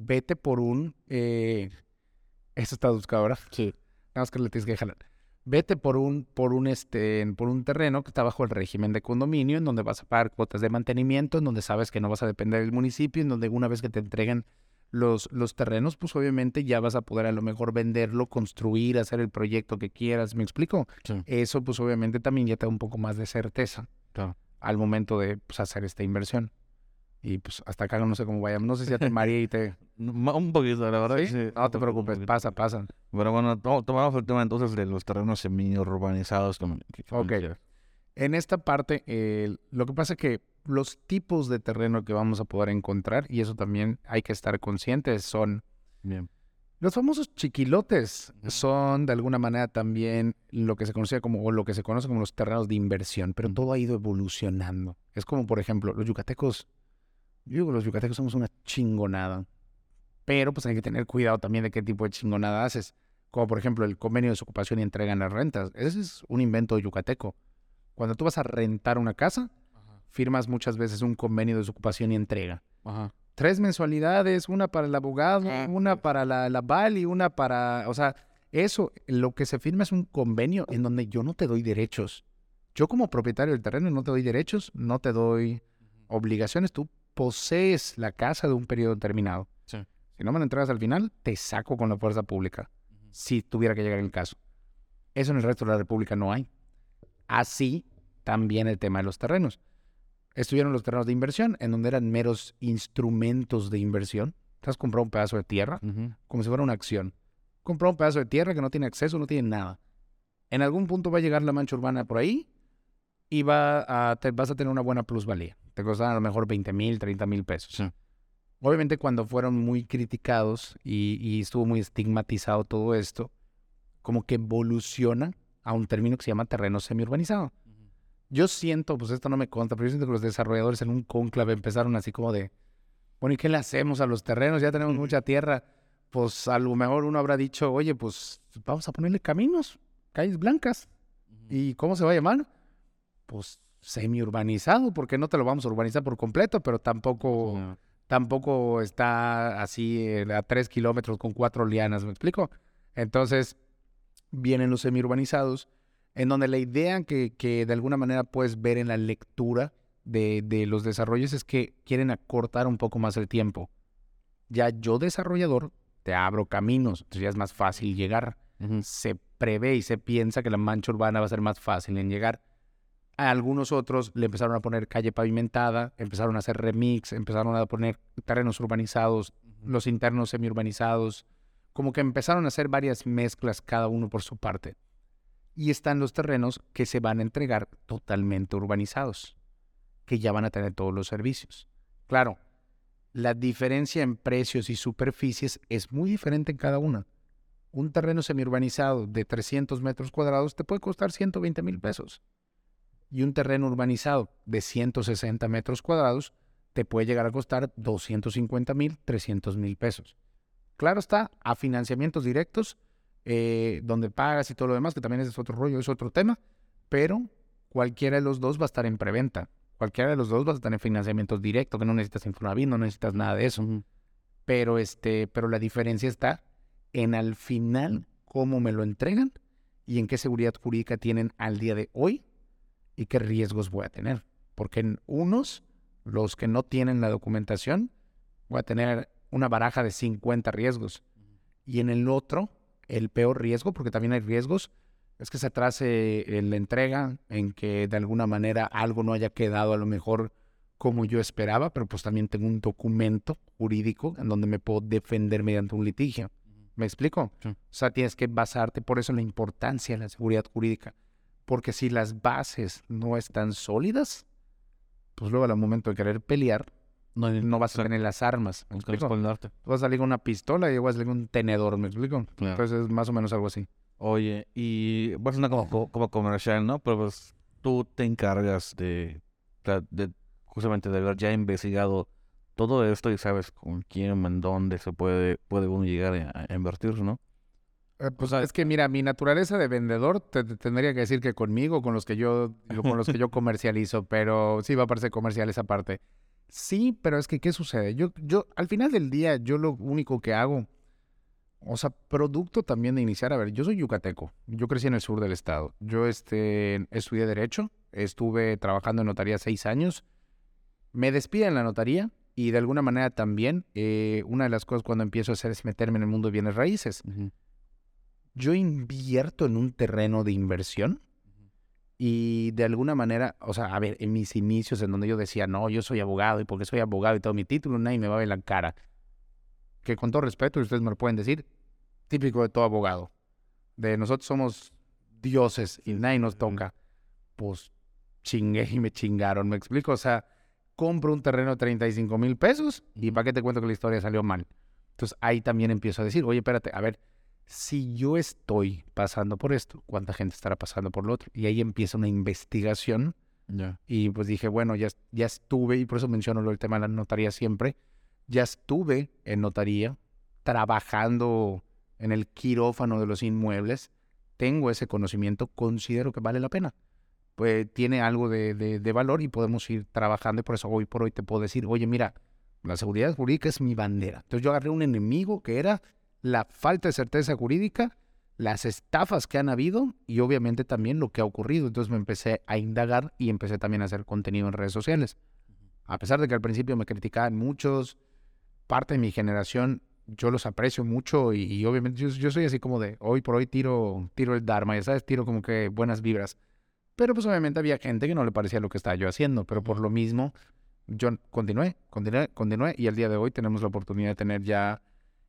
eso está buscado, ¿verdad? Sí. Nada más que le tienes que jalar. Vete por un terreno que está bajo el régimen de condominio, en donde vas a pagar cuotas de mantenimiento, en donde sabes que no vas a depender del municipio, en donde una vez que te entreguen los terrenos, pues obviamente ya vas a poder a lo mejor venderlo, construir, hacer el proyecto que quieras. ¿Me explico? Sí. Eso pues obviamente también ya te da un poco más de certeza al momento de pues, hacer esta inversión. Y pues hasta acá no sé cómo vayamos. No sé si ya te mareé y te... Un poquito, la verdad. ¿Sí? Que sí. No te preocupes, pasa. Pero bueno, tomamos el tema entonces de los terrenos semi-urbanizados. Ok. En esta parte, lo que pasa es que los tipos de terreno que vamos a poder encontrar, y eso también hay que estar conscientes, son los famosos chiquilotes. Son de alguna manera también lo que se conoce como los terrenos de inversión, pero todo ha ido evolucionando. Es como, por ejemplo, los yucatecos. Yo digo, los yucatecos somos una chingonada, pero pues hay que tener cuidado también de qué tipo de chingonada haces. Como por ejemplo el convenio de desocupación y entrega en las rentas. Ese es un invento yucateco. Cuando tú vas a rentar una casa, firmas muchas veces un convenio de desocupación y entrega. 3 mensualidades, una para el abogado, una para la BAL y una para... O sea, eso, lo que se firma es un convenio en donde yo no te doy derechos. Yo como propietario del terreno no te doy derechos, no te doy obligaciones. Tú posees la casa de un periodo determinado. Sí. Si no me la entregas al final, te saco con la fuerza pública. Si tuviera que llegar el caso. Eso en el resto de la República no hay. Así también el tema de los terrenos. Estuvieron los terrenos de inversión, en donde eran meros instrumentos de inversión. Te has comprado un pedazo de tierra, como si fuera una acción. Comprado un pedazo de tierra que no tiene acceso, no tiene nada. En algún punto va a llegar la mancha urbana por ahí y vas a tener una buena plusvalía. Te costarán a lo mejor 20,000, 30,000 pesos. Sí. Obviamente cuando fueron muy criticados y estuvo muy estigmatizado todo esto, como que evoluciona a un término que se llama terreno semiurbanizado. Yo siento, pues esto no me consta, pero yo siento que los desarrolladores en un cónclave empezaron así como de, bueno, ¿y qué le hacemos a los terrenos? Ya tenemos mucha tierra. Pues a lo mejor uno habrá dicho, oye, pues vamos a ponerle caminos, calles blancas. ¿Y cómo se va a llamar? Pues semiurbanizado, porque no te lo vamos a urbanizar por completo, pero tampoco está así a 3 kilómetros con 4 lianas, ¿me explico? Entonces vienen los semiurbanizados, en donde la idea que de alguna manera puedes ver en la lectura de los desarrollos es que quieren acortar un poco más el tiempo. Ya yo, desarrollador, te abro caminos, entonces ya es más fácil llegar. Se prevé y se piensa que la mancha urbana va a ser más fácil en llegar. A algunos otros le empezaron a poner calle pavimentada, empezaron a hacer remix, empezaron a poner terrenos urbanizados, los internos semiurbanizados, como que empezaron a hacer varias mezclas cada uno por su parte. Y están los terrenos que se van a entregar totalmente urbanizados, que ya van a tener todos los servicios. Claro, la diferencia en precios y superficies es muy diferente en cada una. Un terreno semiurbanizado de 300 metros cuadrados te puede costar 120,000 pesos. Y un terreno urbanizado de 160 metros cuadrados te puede llegar a costar 250,000, 300,000 pesos. Claro está, a financiamientos directos, donde pagas y todo lo demás, que también es otro rollo, es otro tema, pero cualquiera de los dos va a estar en preventa. Cualquiera de los dos va a tener financiamientos directos, que no necesitas Infonavit, no necesitas nada de eso. Pero la diferencia está en al final cómo me lo entregan y en qué seguridad jurídica tienen al día de hoy y qué riesgos voy a tener. Porque en unos, los que no tienen la documentación, voy a tener una baraja de 50 riesgos. Y en el otro, el peor riesgo, porque también hay riesgos, es que se atrase la entrega, en que de alguna manera algo no haya quedado a lo mejor como yo esperaba, pero pues también tengo un documento jurídico en donde me puedo defender mediante un litigio. ¿Me explico? Sí. O sea, tienes que basarte, por eso la importancia de la seguridad jurídica. Porque si las bases no están sólidas, pues luego al momento de querer pelear, no vas a tener las armas. ¿Me explico? Tú vas a salir con una pistola y yo voy a salir con un tenedor, ¿me explico? Claro. Entonces es más o menos algo así. Oye, y va a sonar como comercial, ¿no? Pero pues tú te encargas de justamente de haber ya investigado todo esto y sabes con quién, en dónde se puede uno llegar a invertir, ¿no? Pues es que mira, mi naturaleza de vendedor te tendría que decir que conmigo, con los que yo comercializo, pero sí va a parecer comercial esa parte. Sí, pero es que ¿qué sucede? Yo al final del día, yo lo único que hago, o sea, producto también de iniciar, a ver, yo soy yucateco, yo crecí en el sur del estado, yo estudié Derecho, estuve trabajando en notaría 6 años, me despiden en la notaría y de alguna manera también, una de las cosas cuando empiezo a hacer es meterme en el mundo de bienes raíces. Yo invierto en un terreno de inversión y de alguna manera, o sea, a ver, en mis inicios en donde yo decía, no, yo soy abogado y porque soy abogado y todo mi título, nadie me va a ver la cara. Que con todo respeto, y ustedes me lo pueden decir, típico de todo abogado. De nosotros somos dioses y nadie nos toca. Pues chingué y me chingaron, ¿me explico? O sea, compro un terreno de 35,000 pesos y ¿para qué te cuento que la historia salió mal? Entonces ahí también empiezo a decir, oye, espérate, a ver, si yo estoy pasando por esto, ¿cuánta gente estará pasando por lo otro? Y ahí empieza una investigación. Y pues dije, bueno, ya estuve, y por eso menciono el tema de la notaría siempre, ya estuve en notaría, trabajando en el quirófano de los inmuebles, tengo ese conocimiento, considero que vale la pena. Pues tiene algo de valor y podemos ir trabajando, y por eso hoy por hoy te puedo decir, oye, mira, la seguridad jurídica es mi bandera. Entonces yo agarré un enemigo que era la falta de certeza jurídica, las estafas que han habido y obviamente también lo que ha ocurrido. Entonces me empecé a indagar y empecé también a hacer contenido en redes sociales. A pesar de que al principio me criticaban muchos, parte de mi generación, yo los aprecio mucho y obviamente yo soy así como de hoy por hoy tiro el Dharma, ya sabes, tiro como que buenas vibras. Pero pues obviamente había gente que no le parecía lo que estaba yo haciendo, pero por lo mismo yo continué y al día de hoy tenemos la oportunidad de tener ya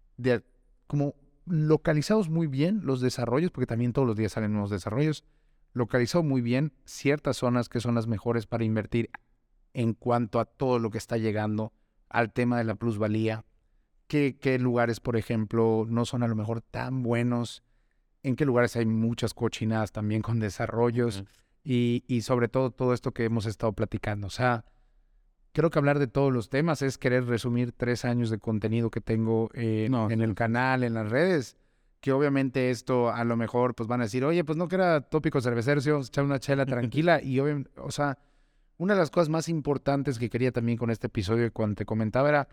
como localizados muy bien los desarrollos, porque también todos los días salen nuevos desarrollos, localizado muy bien ciertas zonas que son las mejores para invertir en cuanto a todo lo que está llegando al tema de la plusvalía, qué lugares, por ejemplo, no son a lo mejor tan buenos, en qué lugares hay muchas cochinadas también con desarrollos y sobre todo esto que hemos estado platicando. O sea, creo que hablar de todos los temas es querer resumir 3 años de contenido que tengo en el canal, en las redes, que obviamente esto a lo mejor pues van a decir, oye, pues no que era tópico cervecero, si vamos a echar una chela tranquila y obviamente, o sea, una de las cosas más importantes que quería también con este episodio cuando te comentaba era,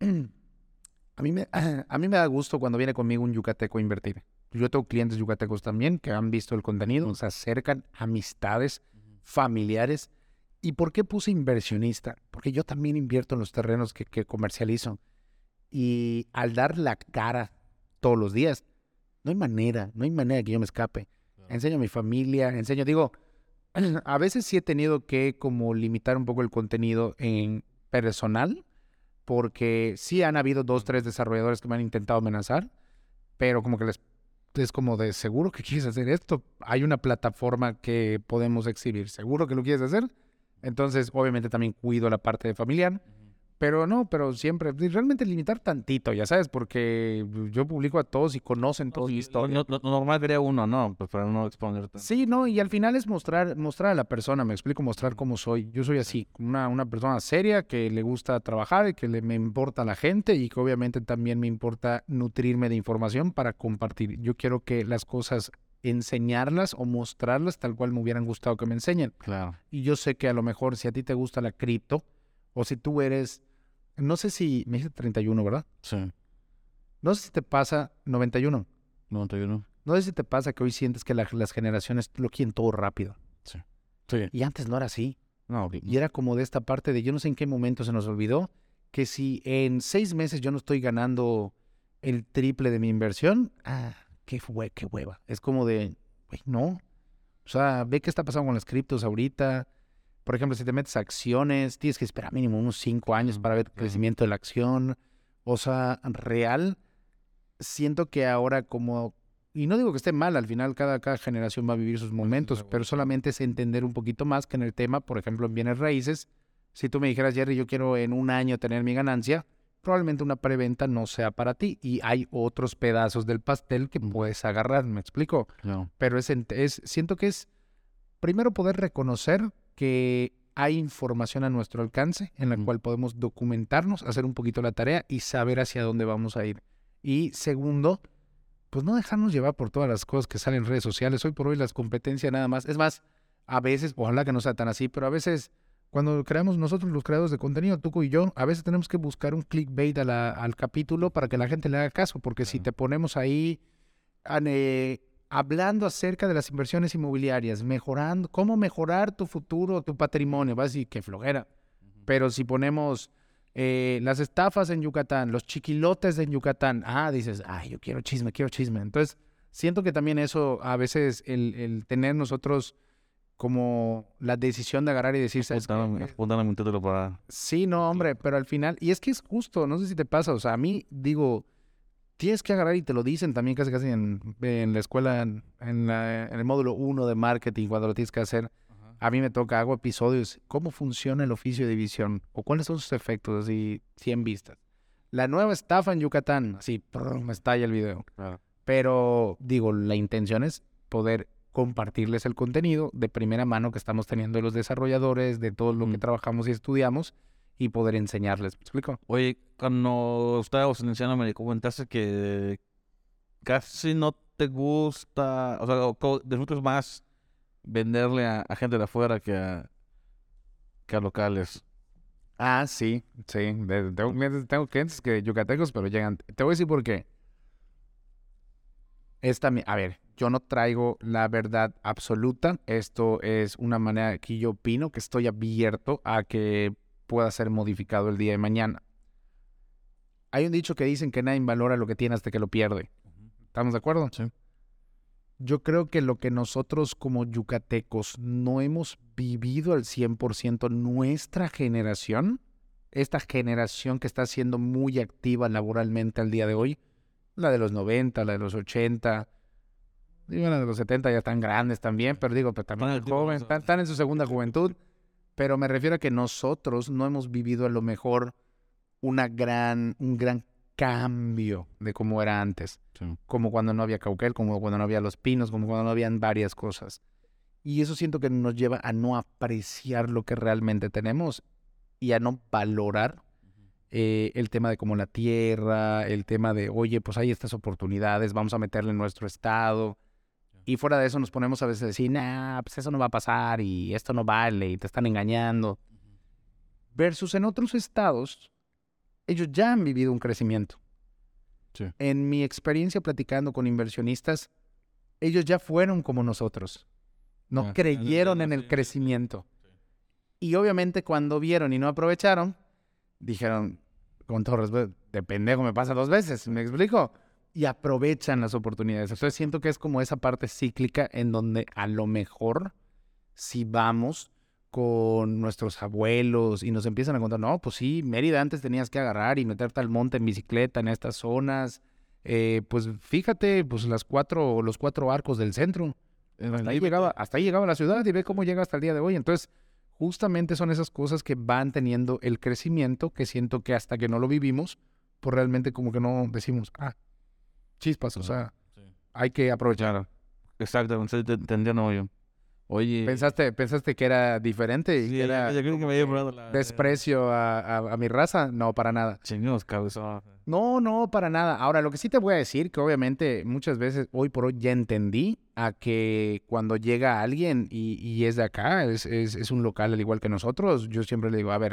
a mí me da gusto cuando viene conmigo un yucateco a invertir. Yo tengo clientes yucatecos también que han visto el contenido, se acercan, amistades, familiares. ¿Y por qué puse inversionista? Porque yo también invierto en los terrenos que comercializo. Y al dar la cara todos los días, no hay manera que yo me escape. Claro. Enseño a mi familia, digo, a veces sí he tenido que como limitar un poco el contenido en personal, porque sí han habido 2, 3 desarrolladores que me han intentado amenazar, pero como que es como de, ¿seguro que quieres hacer esto? Hay una plataforma que podemos exhibir, ¿seguro que lo quieres hacer? Entonces, obviamente también cuido la parte de familiar. Pero siempre, realmente limitar tantito, ya sabes, porque yo publico a todos y conocen toda mi historia. Lo normal sería uno, ¿no? Pues para no exponerte. Sí, no, y al final es mostrar a la persona, me explico, mostrar cómo soy. Yo soy así, una persona seria que le gusta trabajar y que me importa la gente y que obviamente también me importa nutrirme de información para compartir. Yo quiero que las cosas enseñarlas o mostrarlas tal cual me hubieran gustado que me enseñen. Claro. Y yo sé que a lo mejor si a ti te gusta la cripto o si tú eres, no sé si, me dijiste 31, ¿verdad? Sí. No sé si te pasa 91. 91. No sé si te pasa que hoy sientes que las generaciones lo quieren todo rápido. Sí. Sí. Y antes no era así. No, Y era como de esta parte de yo no sé en qué momento se nos olvidó que si en 6 meses yo no estoy ganando el triple de mi inversión, qué hueva. Es como de, güey, no. O sea, ve qué está pasando con las criptos ahorita. Por ejemplo, si te metes a acciones, tienes que esperar mínimo unos 5 años para ver el crecimiento de la acción. O sea, real, siento que ahora como, y no digo que esté mal, al final cada generación va a vivir sus momentos, pero solamente es entender un poquito más que en el tema, por ejemplo, en bienes raíces. Si tú me dijeras, Jerry, yo quiero en un año tener mi ganancia, probablemente una preventa no sea para ti y hay otros pedazos del pastel que puedes agarrar, ¿me explico? No. Pero siento que es primero poder reconocer que hay información a nuestro alcance en la cual podemos documentarnos, hacer un poquito la tarea y saber hacia dónde vamos a ir. Y segundo, pues no dejarnos llevar por todas las cosas que salen en redes sociales. Hoy por hoy las competencias nada más. Es más, a veces, ojalá que no sea tan así, pero a veces cuando creamos nosotros los creadores de contenido, Tuco y yo, a veces tenemos que buscar un clickbait al capítulo para que la gente le haga caso, porque si te ponemos ahí hablando acerca de las inversiones inmobiliarias, mejorando, cómo mejorar tu futuro, tu patrimonio, vas a decir, qué flojera. Pero si ponemos las estafas en Yucatán, los chiquilotes en Yucatán, dices, yo quiero chisme. Entonces, siento que también eso, a veces, el tener nosotros como la decisión de agarrar y decir, Apuntan un título para... Sí, no, hombre, pero al final, y es que es justo, no sé si te pasa, o sea, a mí, digo, tienes que agarrar y te lo dicen también casi en la escuela, en el módulo 1 de marketing, cuando lo tienes que hacer. A mí me toca, hago episodios, cómo funciona el oficio de división o cuáles son sus efectos, así 100 vistas. La nueva estafa en Yucatán, así, me estalla el video. Claro. Pero, digo, la intención es poder compartirles el contenido de primera mano que estamos teniendo de los desarrolladores, de todo lo que trabajamos y estudiamos y poder enseñarles. ¿Me explico? Oye, cuando estábamos iniciando me comentaste que casi no te gusta, o sea, disfrutas más venderle a gente de afuera que a locales. Sí. Tengo clientes que yucatecos, pero llegan. Te voy a decir por qué. A ver, yo no traigo la verdad absoluta. Esto es una manera que yo opino que estoy abierto a que pueda ser modificado el día de mañana. Hay un dicho que dicen que nadie valora lo que tiene hasta que lo pierde. ¿Estamos de acuerdo? Sí. Yo creo que lo que nosotros como yucatecos no hemos vivido al 100%, nuestra generación, esta generación que está siendo muy activa laboralmente al día de hoy, la de los 90, la de los 80, digo, la de los 70 ya están grandes también, pero digo, pero también jóvenes, están en su segunda juventud, pero me refiero a que nosotros no hemos vivido a lo mejor un gran cambio de cómo era antes, como cuando no había Cauquel, como cuando no había Los Pinos, como cuando no habían varias cosas. Y eso siento que nos lleva a no apreciar lo que realmente tenemos y a no valorar el tema de como la tierra, el tema de, oye, pues hay estas oportunidades, vamos a meterle en nuestro estado. Y fuera de eso nos ponemos a veces a decir, pues eso no va a pasar y esto no vale y te están engañando. Versus en otros estados, ellos ya han vivido un crecimiento. Sí. En mi experiencia platicando con inversionistas, ellos ya fueron como nosotros. No creyeron en el crecimiento. Y obviamente cuando vieron y no aprovecharon, dijeron, con todo respeto, de pendejo me pasa 2 veces, ¿me explico? Y aprovechan las oportunidades. Entonces siento que es como esa parte cíclica en donde a lo mejor si vamos con nuestros abuelos y nos empiezan a contar, no, pues sí, Mérida antes tenías que agarrar y meterte al monte en bicicleta en estas zonas. Pues fíjate, pues los 4 arcos del centro. Hasta ahí llegaba la ciudad y ve cómo llega hasta el día de hoy. Entonces, justamente son esas cosas que van teniendo el crecimiento que siento que hasta que no lo vivimos, pues realmente como que no decimos, chispas, o sea, Sí. hay que aprovechar. Exacto, te entiendo yo. Oye, ¿Pensaste que era diferente y sí, que era yo creo que me había probado la... desprecio a mi raza? No, para nada. Chingos, cabezón. No, para nada. Ahora, lo que sí te voy a decir, que obviamente muchas veces, hoy por hoy, ya entendí a que cuando llega alguien y es de acá, es un local al igual que nosotros, yo siempre le digo, a ver,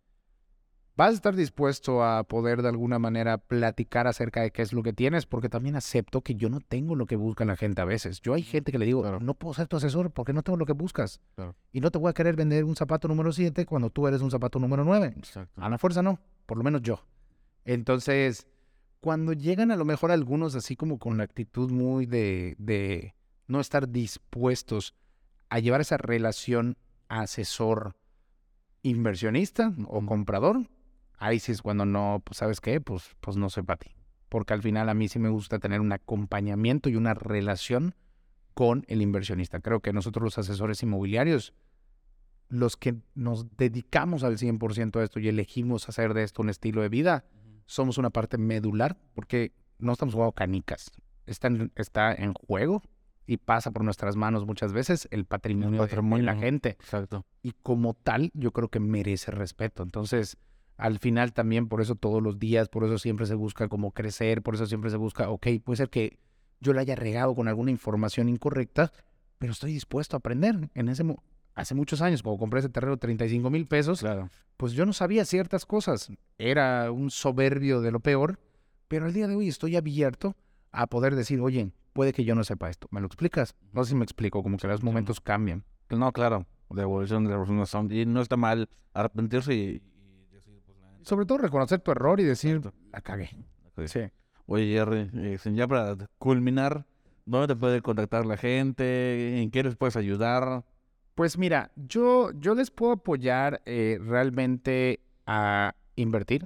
vas a estar dispuesto a poder de alguna manera platicar acerca de qué es lo que tienes, porque también acepto que yo no tengo lo que busca la gente a veces. Yo hay gente que le digo, Claro. no puedo ser tu asesor porque no tengo lo que buscas. Claro. Y no te voy a querer vender un zapato número 7 cuando tú eres un zapato número 9. Exacto. A la fuerza no, por lo menos yo. Entonces, cuando llegan a lo mejor algunos así como con la actitud muy de no estar dispuestos a llevar esa relación asesor inversionista o comprador, ahí sí es cuando no, pues ¿sabes qué? Pues no soy para ti. Porque al final a mí sí me gusta tener un acompañamiento y una relación con el inversionista. Creo que nosotros los asesores inmobiliarios, los que nos dedicamos al 100% a esto y elegimos hacer de esto un estilo de vida, somos una parte medular porque no estamos jugando canicas. Está en juego y pasa por nuestras manos muchas veces el patrimonio de la gente. Exacto. Y como tal, yo creo que merece respeto. Entonces, al final también, por eso todos los días, por eso siempre se busca como crecer, por eso siempre se busca, ok, puede ser que yo le haya regado con alguna información incorrecta, pero estoy dispuesto a aprender. Hace muchos años, cuando compré ese terreno, 35,000 pesos, Claro. pues yo no sabía ciertas cosas. Era un soberbio de lo peor, pero al día de hoy estoy abierto a poder decir, oye, puede que yo no sepa esto. ¿Me lo explicas? No sé si me explico, como que los momentos cambian. No, claro. De evolución son. Y no está mal arrepentirse y decir, pues, la neta, Sobre todo reconocer tu error y decir, Exacto. la cagué. Sí. Sí. Oye, Jerry, ya para culminar, ¿dónde te puede contactar la gente? ¿En qué les puedes ayudar? Pues mira, yo les puedo apoyar realmente a invertir.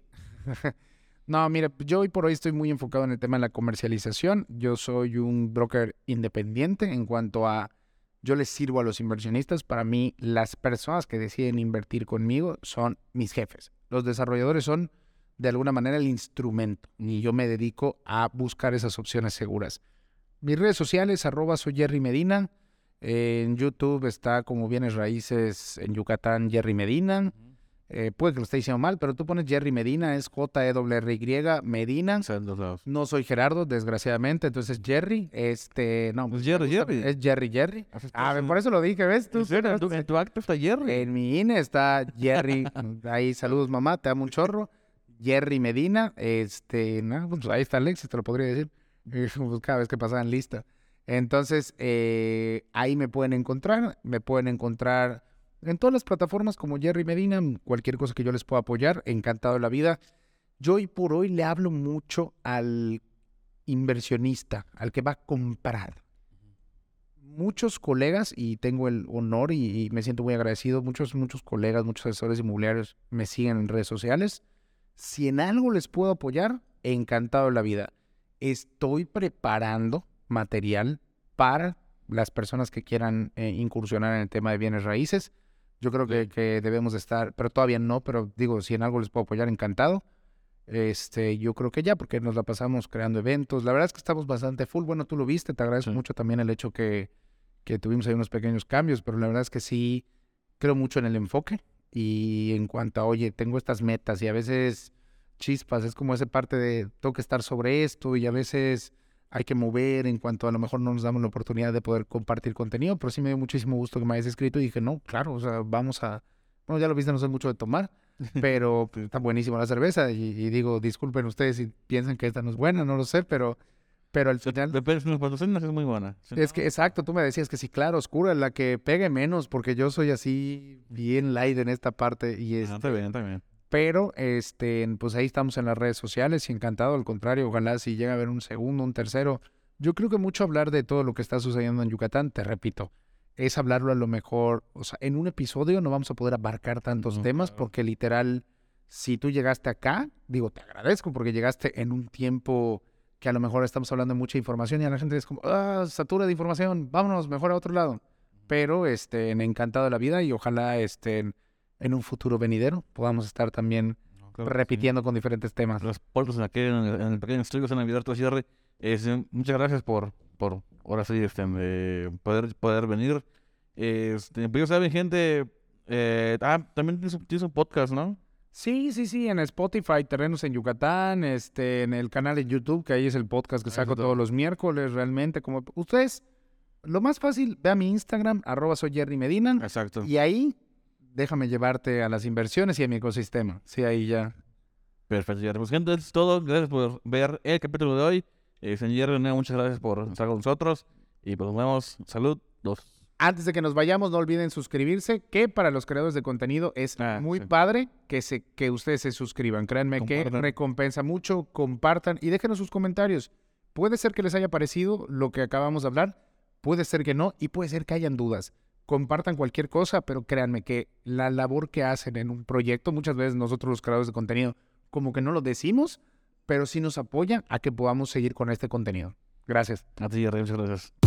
No, mira, yo hoy por hoy estoy muy enfocado en el tema de la comercialización. Yo soy un broker independiente en cuanto a yo les sirvo a los inversionistas. Para mí, las personas que deciden invertir conmigo son mis jefes. Los desarrolladores son de alguna manera el instrumento y yo me dedico a buscar esas opciones seguras. Mis redes sociales, @soy Jerry Medina. En YouTube está como Bienes Raíces en Yucatán, Jerry Medina. Puede que lo esté diciendo mal, pero tú pones Jerry Medina, es Jerry Medina. Está en los lados. No soy Gerardo, desgraciadamente, entonces Jerry, no, Pues Jerry, Jerry. es Jerry. Así está, Ah, sí. por eso lo dije, ¿ves? Tú, En tu acto está Jerry. en mi INE está Jerry, ahí saludos mamá, te amo un chorro, Jerry Medina, no, pues ahí está Alexis, te lo podría decir, pues cada vez que pasaban lista. Entonces, ahí me pueden encontrar en todas las plataformas como Jerry Medina, cualquier cosa que yo les pueda apoyar, encantado de la vida. Yo hoy por hoy le hablo mucho al inversionista, al que va a comprar. Muchos colegas, y tengo el honor y me siento muy agradecido, muchos colegas, muchos asesores inmobiliarios me siguen en redes sociales. Si en algo les puedo apoyar, encantado de la vida. Estoy preparando material para las personas que quieran incursionar en el tema de bienes raíces. Yo creo que debemos de estar, pero todavía no, pero digo, si en algo les puedo apoyar, encantado. Yo creo que ya, porque nos la pasamos creando eventos. La verdad es que estamos bastante full. Bueno, tú lo viste, te agradezco mucho también el hecho que tuvimos ahí unos pequeños cambios, pero la verdad es que sí creo mucho en el enfoque. Y en cuanto a, oye, tengo estas metas y a veces chispas, es como esa parte de tengo que estar sobre esto y a veces hay que mover en cuanto a lo mejor no nos damos la oportunidad de poder compartir contenido, pero sí me dio muchísimo gusto que me hayas escrito y dije, no, claro, o sea, bueno, ya lo viste, no soy mucho de tomar, pero está buenísima la cerveza y digo, disculpen ustedes si piensan que esta no es buena, no lo sé, pero al final... Depende de los patrocinios, es muy buena. Es que, exacto, tú me decías que sí, claro, oscura, la que pegue menos, porque yo soy así bien light en esta parte y Está bien, está bien. pero, pues ahí estamos en las redes sociales y encantado, al contrario, ojalá si llega a haber un segundo, un tercero. Yo creo que mucho hablar de todo lo que está sucediendo en Yucatán, te repito, es hablarlo a lo mejor, o sea, en un episodio no vamos a poder abarcar tantos temas Claro. porque literal, si tú llegaste acá, digo, te agradezco porque llegaste en un tiempo que a lo mejor estamos hablando de mucha información y a la gente es como, satura de información, vámonos mejor a otro lado. pero encantado de la vida y ojalá en un futuro venidero podamos estar también Claro que sí. repitiendo con diferentes temas. Los polvos en el pequeño estudio en Navidad, Jerry. Muchas gracias por ahora sí, poder venir. Pues ya saben, gente, también tienes un podcast, ¿no? Sí, en Spotify, Terrenos en Yucatán, en el canal de YouTube, que ahí es el podcast que saco todos los miércoles, realmente, como ustedes, lo más fácil, ve a mi Instagram, @soy Jerry Medina, Exacto. y ahí déjame llevarte a las inversiones y a mi ecosistema. Sí, ahí ya. Perfecto, Jerry. Pues gente, eso es todo. Gracias por ver el capítulo de hoy. Señor Jerry, muchas gracias por estar con nosotros. Y pues nos vemos. Salud. Antes de que nos vayamos, no olviden suscribirse, que para los creadores de contenido es muy padre que ustedes se suscriban. Créanme que recompensa mucho, compartan y déjenos sus comentarios. Puede ser que les haya parecido lo que acabamos de hablar, puede ser que no y puede ser que hayan dudas. Compartan cualquier cosa, pero créanme que la labor que hacen en un proyecto, muchas veces nosotros los creadores de contenido como que no lo decimos, pero sí nos apoya a que podamos seguir con este contenido. Gracias. A ti, Jerry, muchas gracias.